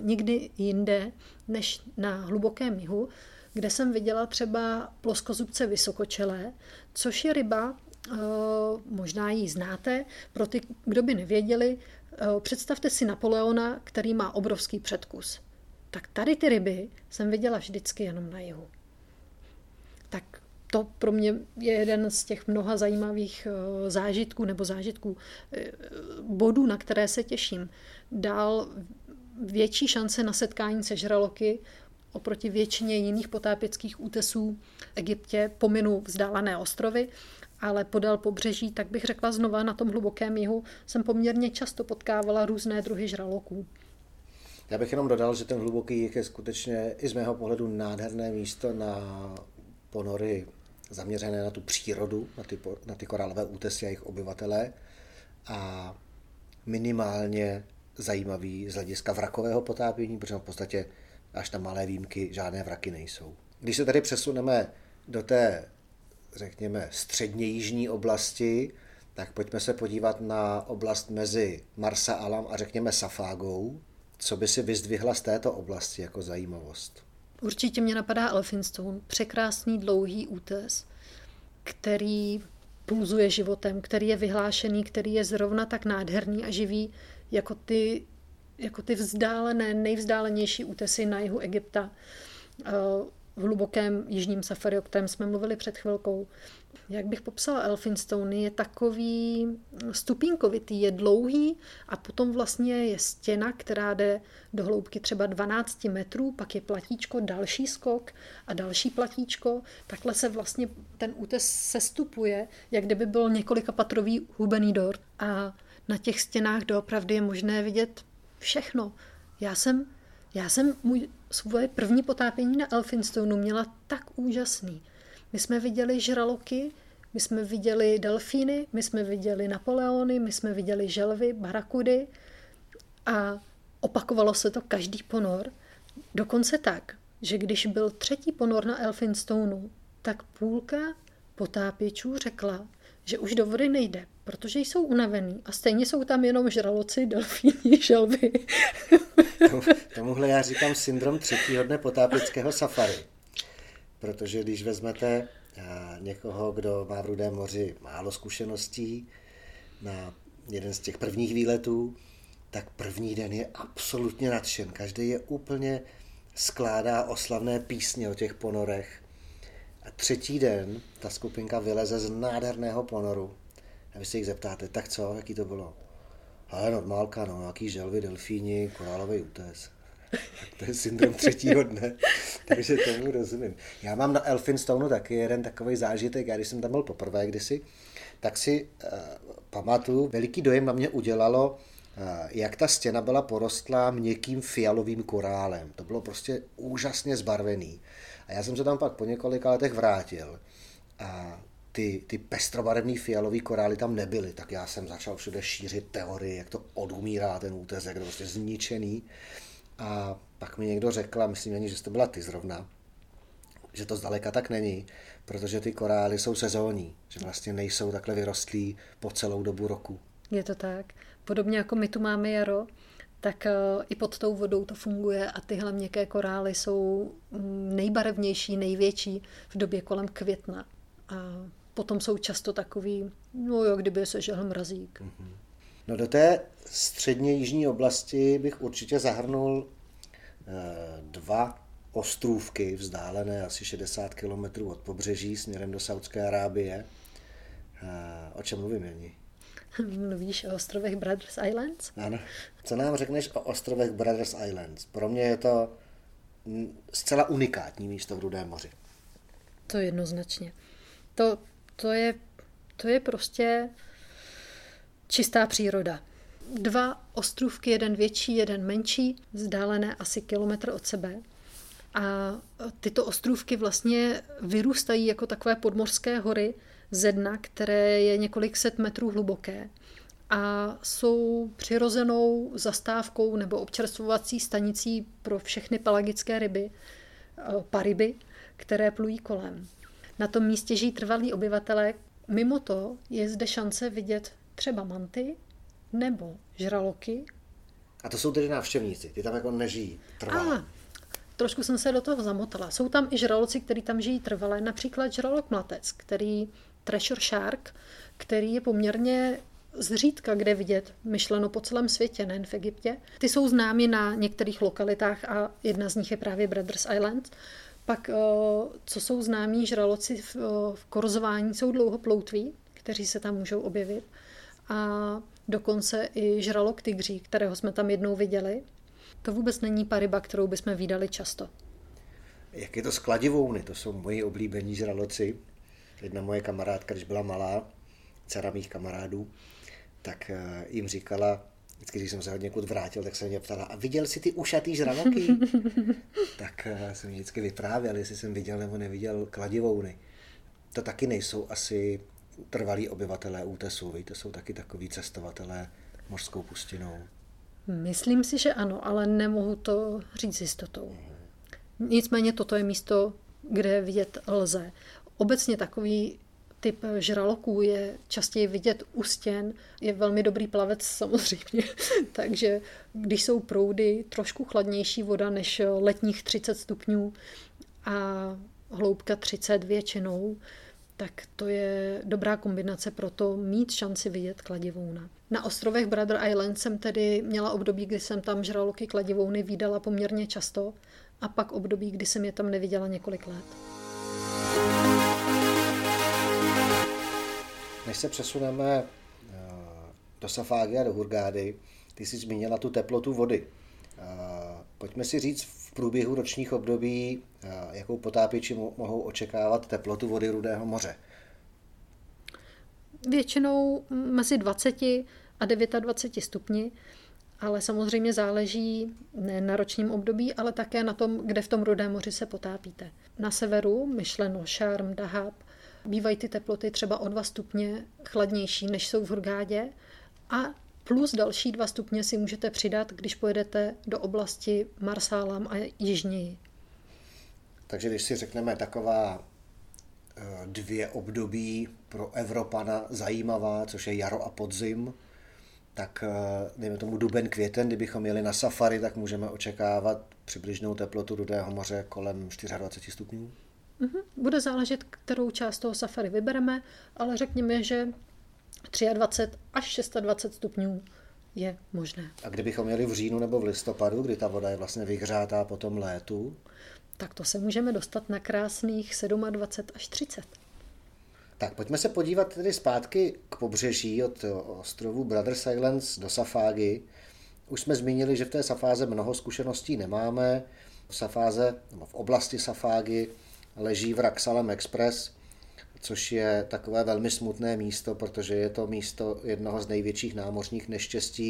jinde, než na hlubokém jihu, kde jsem viděla třeba ploskozubce vysokočelé, což je ryba, možná ji znáte, pro ty, kdo by nevěděli, představte si Napoleona, který má obrovský předkus. Tak tady ty ryby jsem viděla vždycky jenom na jihu. Tak to pro mě je jeden z těch mnoha zajímavých zážitků, bodů, na které se těším. Dál větší šance na setkání se žraloky oproti většině jiných potápěckých útesů v Egyptě, pominu vzdálené ostrovy, ale podél pobřeží, tak bych řekla znova, na tom hlubokém jihu jsem poměrně často potkávala různé druhy žraloků. Já bych jenom dodal, že ten hluboký jih je skutečně i z mého pohledu nádherné místo na ponory zaměřené na tu přírodu, na ty korálové útesy a jejich obyvatele a minimálně zajímavý z hlediska vrakového potápění, protože v podstatě až na malé výjimky žádné vraky nejsou. Když se tady přesuneme do té, řekněme, středně jižní oblasti, tak pojďme se podívat na oblast mezi Marsa Alam a řekněme Safágou. Co by si vyzdvihla z této oblasti jako zajímavost? Určitě mě napadá Elphinstone, překrásný dlouhý útes, který pulzuje životem, který je vyhlášený, který je zrovna tak nádherný a živý jako ty vzdálené, nejvzdálenější útesy na jihu Egypta, v hlubokém jižním safari, o kterém jsme mluvili před chvilkou. Jak bych popsala Elphinstone, je takový stupínkovitý, je dlouhý a potom vlastně je stěna, která jde do hloubky třeba 12 metrů, pak je platíčko, další skok a další platíčko. Takhle se vlastně ten útes sestupuje, jak kdyby byl několikapatrový hubený dort. A na těch stěnách doopravdy je možné vidět všechno. Já jsem svoje první potápění na Elphinstoneu měla tak úžasný. My jsme viděli žraloky, my jsme viděli delfíny, my jsme viděli Napoleony, my jsme viděli želvy, barakudy a opakovalo se to každý ponor. Dokonce tak, že když byl třetí ponor na Elphinstoneu, tak půlka potápěčů řekla, že už do vody nejde, protože jsou unavený a stejně jsou tam jenom žraloci, delfíni, želvy. Tomuhle já říkám syndrom třetího dne potápěckého safari. Protože když vezmete někoho, kdo má v Rudém moři málo zkušeností na jeden z těch prvních výletů, tak první den je absolutně nadšen. Každý je úplně skládá oslavné písně o těch ponorech. A třetí den ta skupinka vyleze z nádherného ponoru. A vy se jich zeptáte, tak co, jaký to bylo? Ale normálka, no, nějaký želvy, delfíni, korálový útes. To je syndrom třetího dne, takže tomu rozumím. Já mám na Elphinstoneu taky jeden takový zážitek, já když jsem tam byl poprvé kdysi, tak si pamatuju, veliký dojem na mě udělalo jak ta stěna byla porostlá měkkým fialovým korálem. To bylo prostě úžasně zbarvený. A já jsem se tam pak po několika letech vrátil a ty pestrobarevný fialový korály tam nebyly, tak já jsem začal všude šířit teorii, jak to odumírá ten útesek, to prostě zničený. A pak mi někdo řekl, a myslím ani, že to byla ty zrovna, že to zdaleka tak není, protože ty korály jsou sezónní, že vlastně nejsou takhle vyrostlí po celou dobu roku. Je to tak. Podobně jako my tu máme jaro, tak i pod tou vodou to funguje a tyhle měkké korály jsou nejbarevnější, největší v době kolem května. A potom jsou často takový, no jo, kdyby se žehl mrazík. No do té středně jižní oblasti bych určitě zahrnul 2 ostrůvky vzdálené asi 60 km od pobřeží směrem do Saúdské Arábie. O čem mluvím, Jani? Mluvíš o ostrovech Brothers Islands? Ano. Co nám řekneš o ostrovech Brothers Islands? Pro mě je to zcela unikátní místo v Rudém moři. To jednoznačně. To je prostě čistá příroda. 2 ostrůvky, jeden větší, jeden menší, vzdálené asi kilometr od sebe. A tyto ostrůvky vlastně vyrůstají jako takové podmořské hory ze dna, které je několik set metrů hluboké. A jsou přirozenou zastávkou nebo občerstvovací stanicí pro všechny pelagické ryby, paryby, které plují kolem. Na tom místě žijí trvalí obyvatelé. Mimo to je zde šance vidět třeba manty nebo žraloky. A to jsou tedy návštěvníci, ty tam jako nežijí trvale. Trošku jsem se do toho zamotala. Jsou tam i žraloci, kteří tam žijí trvalé, například žralok mlatec, treasure shark, který je poměrně zřídka kde vidět, myšleno po celém světě, nejen v Egyptě. Ty jsou známy na některých lokalitách a jedna z nich je právě Brothers Islands. Pak, co jsou známí žraloci v korzování, jsou dlouhoploutví, kteří se tam můžou objevit. A dokonce i žralok tygří, kterého jsme tam jednou viděli. To vůbec není paryba, kterou bychom vídali často. Jak je to s kladivouny? To jsou moji oblíbení žraloci. Jedna moje kamarádka, když byla malá, dcera mých kamarádů, tak jim říkala, vždycky, když jsem se od někud vrátil, tak se mě ptala, a viděl jsi ty ušatý žraloky? Tak jsem vždycky vyprávěl, jestli jsem viděl nebo neviděl kladivouny. To taky nejsou asi trvalí obyvatelé útesu, to jsou taky takoví cestovatelé mořskou pustinou. Myslím si, že ano, ale nemohu to říct s jistotou. Nicméně toto je místo, kde vidět lze. Obecně takový typ žraloků je častěji vidět u stěn, je velmi dobrý plavec samozřejmě, takže když jsou proudy, trošku chladnější voda než letních 30 stupňů a hloubka 30 většinou, tak to je dobrá kombinace pro to mít šanci vidět kladivouna. Na ostrovech Brother Island jsem tedy měla období, kdy jsem tam žraloky kladivouny vídala poměrně často a pak období, kdy jsem je tam neviděla několik let. Než se přesuneme do Safágy a do Hurgády, ty jsi zmínila tu teplotu vody. Pojďme si říct v průběhu ročních období, jakou potápěči mohou očekávat teplotu vody Rudého moře. Většinou mezi 20 a 29 stupni, ale samozřejmě záleží ne na ročním období, ale také na tom, kde v tom Rudém moři se potápíte. Na severu, myšleno Šarm, Dahab, bývají ty teploty třeba o 2 stupně chladnější, než jsou v Hurgádě, a plus další 2 stupně si můžete přidat, když pojedete do oblasti Marsálam a jižněji. Takže když si řekneme taková 2 období pro Evropana zajímavá, což je jaro a podzim, tak dejme tomu duben, květen, kdybychom jeli na safari, tak můžeme očekávat přibližnou teplotu Rudého moře kolem 24 stupňů. Bude záležet, kterou část toho safari vybereme, ale řekněme, že 23 až 26 stupňů je možné. A kdybychom jeli v říjnu nebo v listopadu, kdy ta voda je vlastně vyhřátá po tom létu, tak to se můžeme dostat na krásných 27 až 30. Tak pojďme se podívat tedy zpátky k pobřeží od ostrovu Brothers Islands do Safágy. Už jsme zmínili, že v té Safáze mnoho zkušeností nemáme. V oblasti Safágy leží vrak Salem Express, což je takové velmi smutné místo, protože je to místo jednoho z největších námořních neštěstí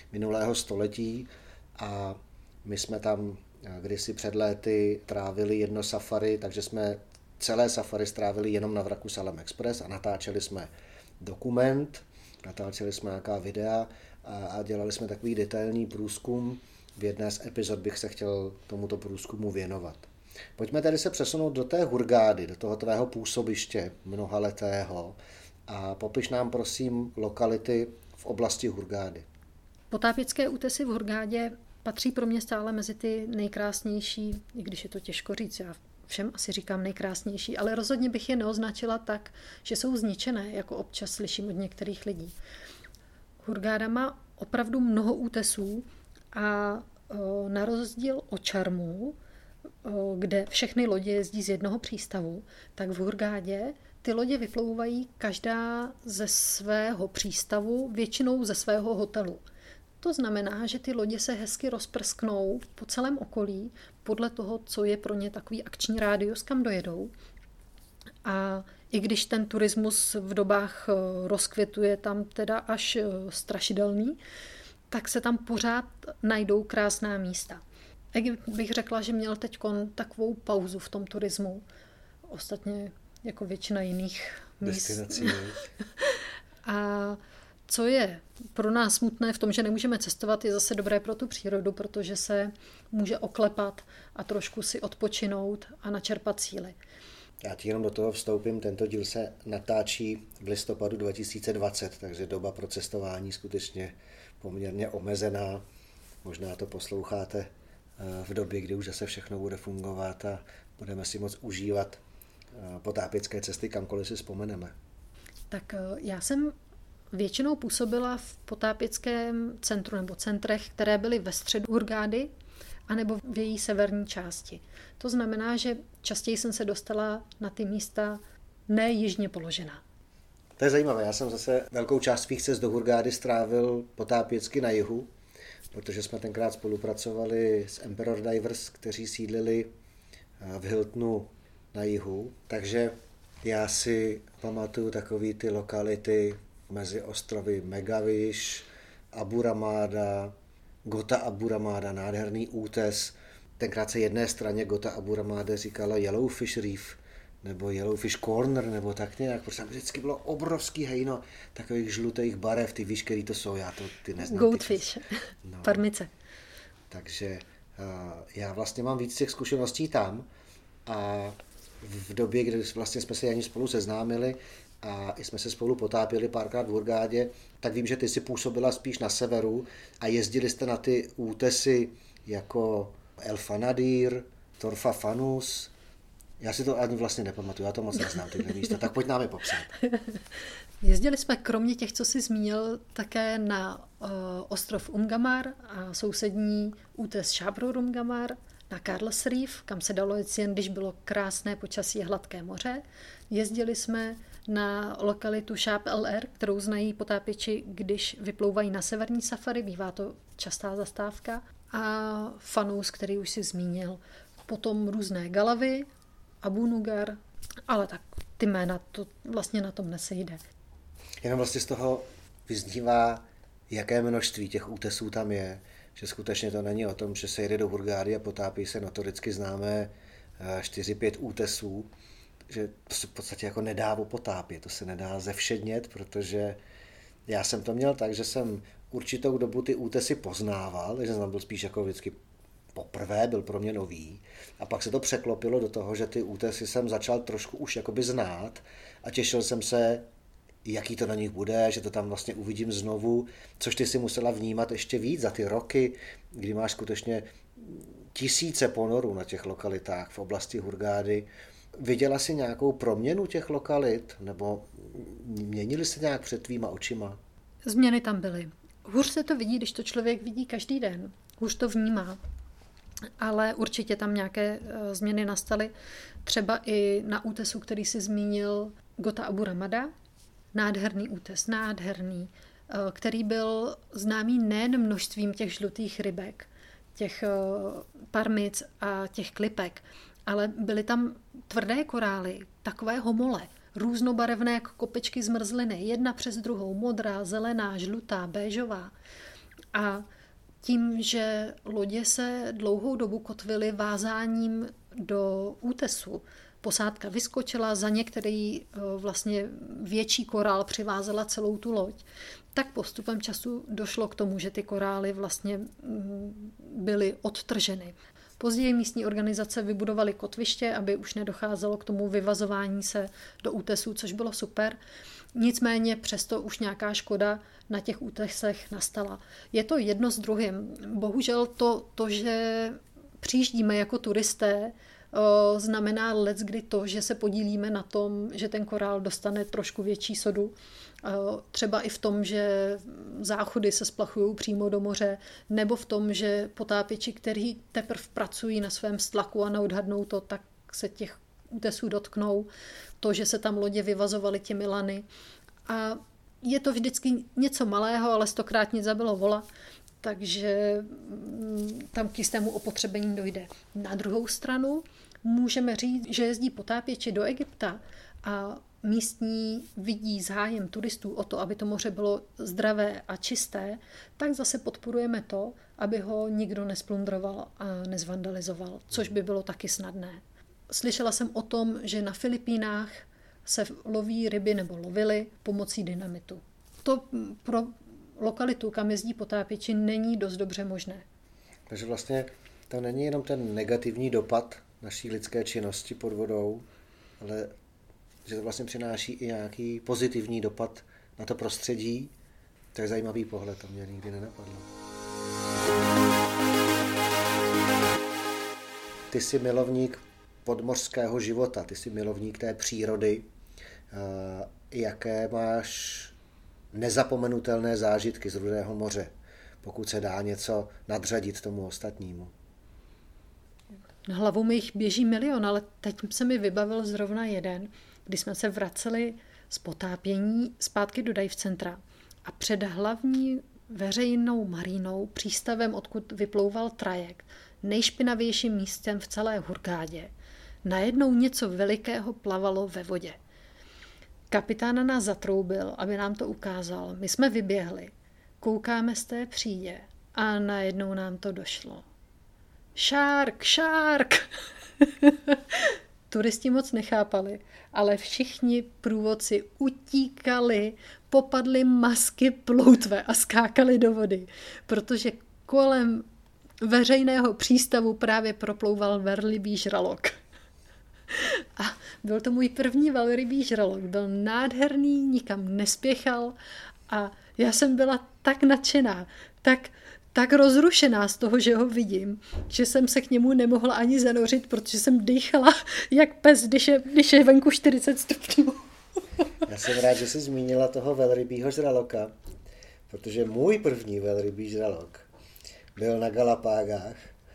minulého století a my jsme tam kdysi před léty trávili jedno safari, takže jsme celé safari strávili jenom na vraku Salem Express a natáčeli jsme dokument, natáčeli jsme nějaká videa a dělali jsme takový detailní průzkum. V jedné z epizod bych se chtěl tomuto průzkumu věnovat. Pojďme tedy se přesunout do té Hurgády, do toho tvého působiště mnohaletého a popiš nám prosím lokality v oblasti Hurgády. Potápěcké útesy v Hurgádě patří pro mě stále mezi ty nejkrásnější, i když je to těžko říct, já všem asi říkám nejkrásnější, ale rozhodně bych je neoznačila tak, že jsou zničené, jako občas slyším od některých lidí. Hurgáda má opravdu mnoho útesů a na rozdíl od Čarmů, kde všechny lodě jezdí z jednoho přístavu, tak v Hurgádě ty lodě vyplouvají každá ze svého přístavu, většinou ze svého hotelu. To znamená, že ty lodě se hezky rozprsknou po celém okolí podle toho, co je pro ně takový akční rádius, kam dojedou. A i když ten turismus v dobách rozkvětu je tam teda až strašidelný, tak se tam pořád najdou krásná místa. Bych řekla, že měl teď takovou pauzu v tom turismu. Ostatně jako většina jiných destinací. A co je pro nás smutné v tom, že nemůžeme cestovat, je zase dobré pro tu přírodu, protože se může oklepat a trošku si odpočinout a načerpat síly. Já ti jenom do toho vstoupím, tento díl se natáčí v listopadu 2020, takže doba pro cestování skutečně poměrně omezená. Možná to posloucháte v době, kdy už zase všechno bude fungovat a budeme si moc užívat potápěcké cesty, kamkoliv si vzpomeneme. Tak já jsem většinou působila v potápěckém centru nebo centrech, které byly ve středu Hurgády anebo v její severní části. To znamená, že častěji jsem se dostala na ty místa nejižně položená. To je zajímavé. Já jsem zase velkou část svých cest do Hurgády strávil potápěcky na jihu, protože jsme tenkrát spolupracovali s Emperor Divers, kteří sídlili v Hiltonu na jihu. Takže já si pamatuju takový ty lokality mezi ostrovy Megawish, Abu Ramada, Gota Abu Ramada, nádherný útes. Tenkrát se jedné straně Gota Abu Ramada říkala Yellowfish Reef nebo Yellowfish Corner nebo tak nějak, protože tam vždycky bylo obrovský hejno takových žlutých barev, ty víš, který to jsou, já to ty neznám. Goldfish, parmice. Takže já vlastně mám víc těch zkušeností tam a v době, kdy vlastně jsme se ani spolu seznámili a jsme se spolu potápěli párkrát v Hurgádě, tak vím, že ty si působila spíš na severu a jezdili jste na ty útesy jako El Fanadir, Torfa Fanus. Já si to ani vlastně nepamatuju, já to moc neznám, tyhle místa, tak pojď nám je popsat. Jezdili jsme kromě těch, co jsi zmínil, také na ostrov Umgamar a sousední útes Šábror Umgamar, na Carlos Reef, kam se dalo jet jen, když bylo krásné počasí a hladké moře. Jezdili jsme na lokalitu Šáp LR, kterou znají potápěči, když vyplouvají na severní safari, bývá to častá zastávka, a Fanus, který už si zmínil. Potom různé Galavy, Abu Nugar, ale tak ty jména, to vlastně na tom nesejde. Jenom vlastně z toho vyznívá, jaké množství těch útesů tam je, že skutečně to není o tom, že se jede do Hurgády a potápí se notoricky známé 4-5 útesů, že to se v podstatě jako nedá potápět, to se nedá zevšednět, protože já jsem to měl tak, že jsem určitou dobu ty útesy poznával, takže jsem byl spíš jako vždycky poprvé, byl pro mě nový a pak se to překlopilo do toho, že ty útesy jsem začal trošku už jakoby znát a těšil jsem se, jaký to na nich bude, že to tam vlastně uvidím znovu, což ty si musela vnímat ještě víc za ty roky, kdy máš skutečně tisíce ponorů na těch lokalitách v oblasti Hurgády. Viděla jsi nějakou proměnu těch lokalit, nebo měnily se nějak před tvýma očima? Změny tam byly. Hůř se to vidí, když to člověk vidí každý den. Hůř to vnímá. Ale určitě tam nějaké změny nastaly. Třeba i na útesu, který si zmínil, Gota Abu Ramada. Nádherný útes, nádherný, který byl známý nejen množstvím těch žlutých rybek, těch parmic a těch klipek, ale byly tam tvrdé korály, takové homole, různobarevné jako kopečky zmrzliny, jedna přes druhou, modrá, zelená, žlutá, béžová. A tím, že lodě se dlouhou dobu kotvily vázáním do útesu, posádka vyskočila, za některý vlastně větší korál přivázela celou tu loď, tak postupem času došlo k tomu, že ty korály vlastně byly odtrženy. Později místní organizace vybudovaly kotviště, aby už nedocházelo k tomu vyvazování se do útesů, což bylo super. Nicméně přesto už nějaká škoda na těch útesech nastala. Je to jedno s druhým. Bohužel to že přijíždíme jako turisté, znamená leckdy to, že se podílíme na tom, že ten korál dostane trošku větší sodu. Třeba i v tom, že záchody se splachují přímo do moře, nebo v tom, že potápěči, kteří teprve pracují na svém stlaku a neodhadnou to, tak se těch útesů dotknou. To, že se tam lodě vyvazovaly těmi lany. A je to vždycky něco malého, ale 100krát nic zabilo vola, takže tam k jistému opotřebení dojde. Na druhou stranu můžeme říct, že jezdí potápěči do Egypta a místní vidí zájem turistů o to, aby to moře bylo zdravé a čisté, tak zase podporujeme to, aby ho nikdo nesplundroval a nezvandalizoval, což by bylo taky snadné. Slyšela jsem o tom, že na Filipínách se loví ryby nebo lovily pomocí dynamitu. To pro lokalitu, kam jezdí potápěči, není dost dobře možné. Takže vlastně to není jenom ten negativní dopad naší lidské činnosti pod vodou, ale že to vlastně přináší i nějaký pozitivní dopad na to prostředí. To je zajímavý pohled, to mě nikdy nenapadlo. Ty jsi milovník podmořského života, ty jsi milovník té přírody. Jaké máš nezapomenutelné zážitky z Rudého moře, pokud se dá něco nadřadit tomu ostatnímu? Na hlavu mi jich běží milion, ale teď se mi vybavil zrovna jeden, kdy jsme se vraceli z potápění zpátky do dive centra a před hlavní veřejnou marínou, přístavem, odkud vyplouval trajekt, nejšpinavějším místem v celé Hurghádě, najednou něco velikého plavalo ve vodě. Kapitán na nás zatroubil, aby nám to ukázal. My jsme vyběhli, koukáme z té přídě a najednou nám to došlo. Shark, shark! Turisti moc nechápali, ale všichni průvodci utíkali, popadli masky, ploutve a skákali do vody, protože kolem veřejného přístavu právě proplouval velrybý žralok. A byl to můj první velrybý žralok. Byl nádherný, nikam nespěchal a já jsem byla tak nadšená, tak rozrušená z toho, že ho vidím, že jsem se k němu nemohla ani zanořit, protože jsem dýchala jak pes, když je venku 40 stupňů. Já jsem rád, že jsi zmínila toho velrybího žraloka, protože můj první velrybí žralok byl na Galapágách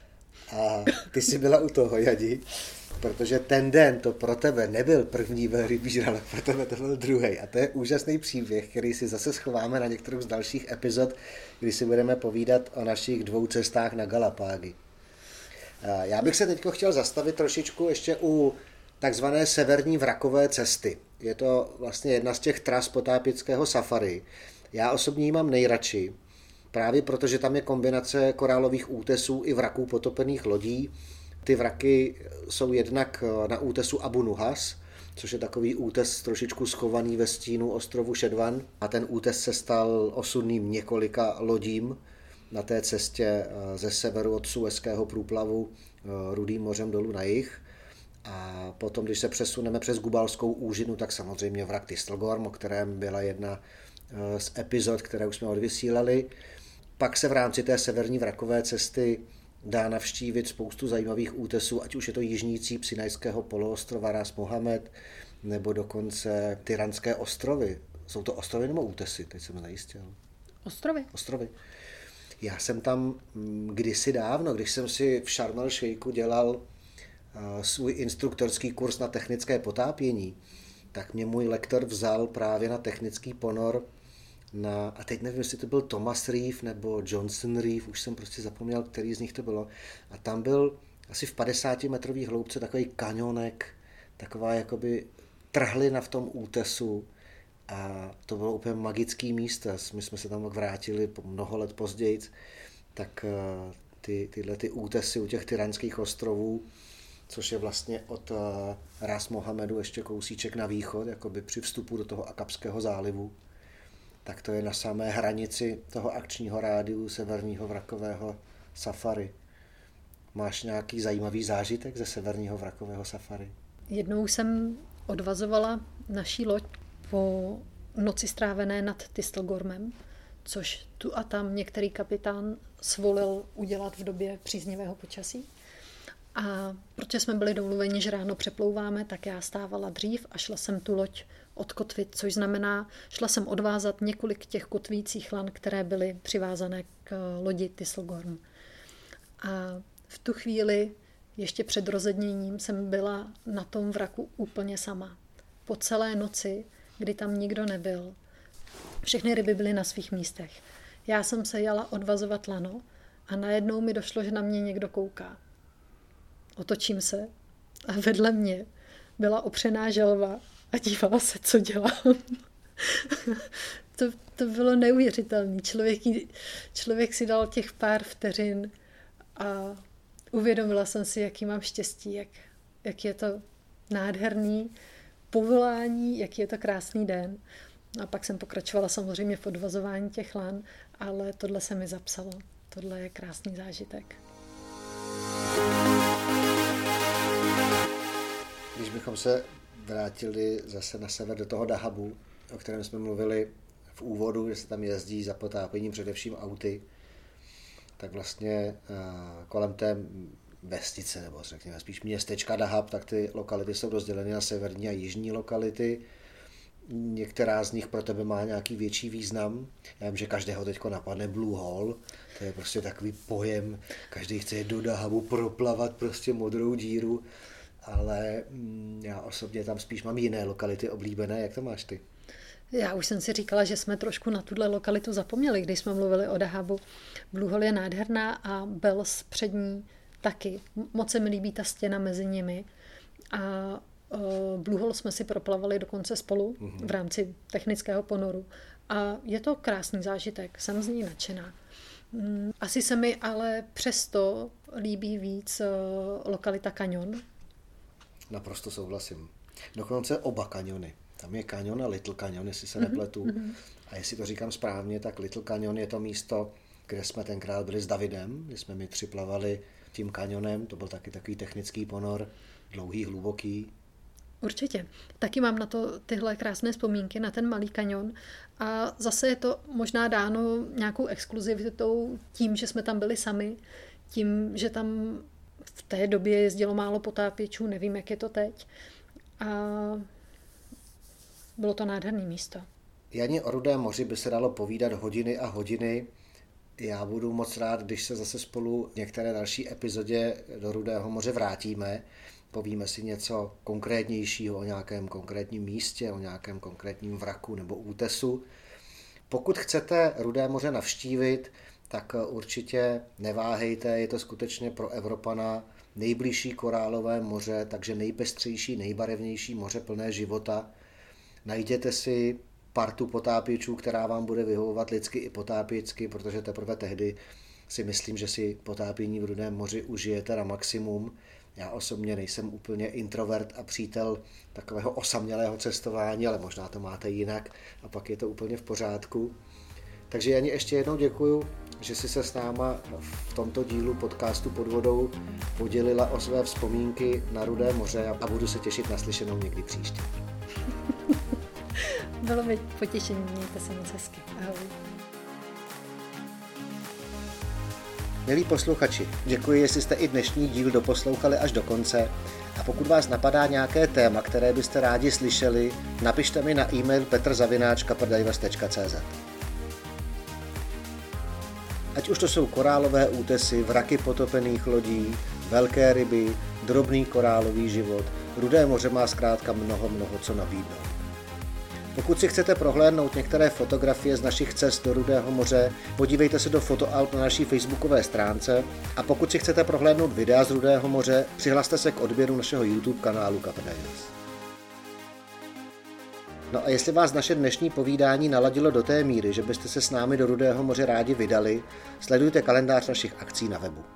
a ty jsi byla u toho, Jadi, protože ten den to pro tebe nebyl první velrybí žralok, pro tebe to byl druhý. A to je úžasný příběh, který si zase schováme na některou z dalších epizod, kdy si budeme povídat o našich 2 cestách na Galapágy. Já bych se teď chtěl zastavit trošičku ještě u takzvané severní vrakové cesty. Je to vlastně jedna z těch tras potápěckého safari. Já osobně ji mám nejradši, právě protože tam je kombinace korálových útesů i vraků potopených lodí. Ty vraky jsou jednak na útesu Abu Nuhas, což je takový útes trošičku schovaný ve stínu ostrovu Šedvan. A ten útes se stal osudným několika lodím na té cestě ze severu od Suezského průplavu Rudým mořem dolů na jih. A potom, když se přesuneme přes Gubalskou úžinu, tak samozřejmě vrak Tistelgorm, o kterém byla jedna z epizod, které už jsme odvysílali. Pak se v rámci té severní vrakové cesty dá navštívit spoustu zajímavých útesů, ať už je to jižní cíp Sinajského poloostrova Ras Mohammed, nebo dokonce Tyranské ostrovy. Jsou to ostrovy nebo útesy? Teď jsem zajistil. Ostrovy. Já jsem tam kdysi dávno, když jsem si v Sharm el-Sheikhu dělal svůj instruktorský kurz na technické potápění, tak mě můj lektor vzal právě na technický ponor a teď nevím, jestli to byl Thomas Reef nebo Johnson Reef, už jsem prostě zapomněl, který z nich to bylo. A tam byl asi v 50 metrových hloubce takový kanionek, taková jakoby trhlina v tom útesu. a to bylo úplně magický místo. My jsme se tam vrátili mnoho let později, tak tyhle útesy u těch Tyranských ostrovů, což je vlastně od Ras Mohamedu ještě kousíček na východ, jakoby při vstupu do toho Akabského zálivu, tak to je na samé hranici toho akčního rádiu severního vrakového safari. Máš nějaký zajímavý zážitek ze severního vrakového safari? Jednou jsem odvazovala naší loď po noci strávené nad Tistelgormem, což tu a tam některý kapitán svolil udělat v době příznivého počasí. A protože jsme byli domluveni, že ráno přeplouváme, tak já stávala dřív a šla jsem tu loď odkotvit, což znamená, šla jsem odvázat několik těch kotvících lan, které byly přivázané k lodi Tistelgorm. A v tu chvíli, ještě před rozedněním, jsem byla na tom vraku úplně sama. Po celé noci, kdy tam nikdo nebyl, všechny ryby byly na svých místech. Já jsem se jela odvazovat lano a najednou mi došlo, že na mě někdo kouká. Otočím se a vedle mě byla opřená želva a dívala se, co dělám. To bylo neuvěřitelné. Člověk si dal těch pár vteřin a uvědomila jsem si, jaký mám štěstí, jak je to nádherný povolání, jaký je to krásný den. A pak jsem pokračovala samozřejmě v odvazování těch lan, ale tohle se mi zapsalo. Tohle je krásný zážitek. Když bychom se vrátili zase na sever do toho Dahabu, o kterém jsme mluvili v úvodu, že se tam jezdí za potápěním především auty, tak vlastně kolem té vesnice, nebo řekněme spíš městečka Dahab, tak ty lokality jsou rozděleny na severní a jižní lokality. Některá z nich pro tebe má nějaký větší význam. Já vím, že každého teďko napadne Blue Hole, to je prostě takový pojem, každý chce jít do Dahabu, proplavat prostě modrou díru, ale já osobně tam spíš mám jiné lokality oblíbené. Jak to máš ty? Já už jsem si říkala, že jsme trošku na tuhle lokalitu zapomněli, když jsme mluvili o Dahabu. Blue Hole je nádherná a Bells před ní taky. Moc se mi líbí ta stěna mezi nimi. A Blue Hole jsme si proplavali dokonce spolu v rámci technického ponoru. A je to krásný zážitek, jsem z ní nadšená. Asi se mi ale přesto líbí víc lokalita Canyon. Naprosto souhlasím. Dokonce oba kaniony. Tam je Canyon a Little Canyon, jestli se nepletu. A jestli to říkám správně, tak Little Canyon je to místo, kde jsme tenkrát byli s Davidem, kde jsme my připlavali tím kanionem. To byl taky takový technický ponor, dlouhý, hluboký. Určitě. Taky mám na to tyhle krásné vzpomínky, na ten malý kanion. A zase je to možná dáno nějakou exkluzivitou tím, že jsme tam byli sami, tím, že tam v té době jezdilo málo potápěčů, nevím, jak je to teď. A bylo to nádherné místo. Janě, o Rudém moři by se dalo povídat hodiny a hodiny. Já budu moc rád, když se zase spolu v některé další epizodě do Rudého moře vrátíme. Povíme si něco konkrétnějšího o nějakém konkrétním místě, o nějakém konkrétním vraku nebo útesu. Pokud chcete Rudé moře navštívit, tak určitě neváhejte, je to skutečně pro Evropana nejbližší korálové moře, takže nejpestřejší, nejbarevnější moře plné života. Najděte si partu potápěčů, která vám bude vyhovovat lidsky i potápěcky, protože teprve tehdy si myslím, že si potápění v Rudém moři užijete na maximum. Já osobně nejsem úplně introvert a přítel takového osamělého cestování, ale možná to máte jinak a pak je to úplně v pořádku. Takže Jani, ještě jednou děkuju, že jsi se s náma v tomto dílu podcastu Pod vodou podělila o své vzpomínky na Rudé moře a budu se těšit na slyšenou někdy příště. Bylo mi potěšení, mějte se moc hezky. Ahoj. Milí posluchači, děkuji, jestli jste i dnešní díl doposlouchali až do konce. A pokud vás napadá nějaké téma, které byste rádi slyšeli, napište mi na e-mail petr@kaprdivers.cz. Ať už to jsou korálové útesy, vraky potopených lodí, velké ryby, drobný korálový život, Rudé moře má zkrátka mnoho co nabídnout. Pokud si chcete prohlédnout některé fotografie z našich cest do Rudého moře, podívejte se do fotoalb na naší facebookové stránce a pokud si chcete prohlédnout videa z Rudého moře, přihlaste se k odběru našeho YouTube kanálu Kaprdivers. No a jestli vás naše dnešní povídání naladilo do té míry, že byste se s námi do Rudého moře rádi vydali, sledujte kalendář našich akcí na webu.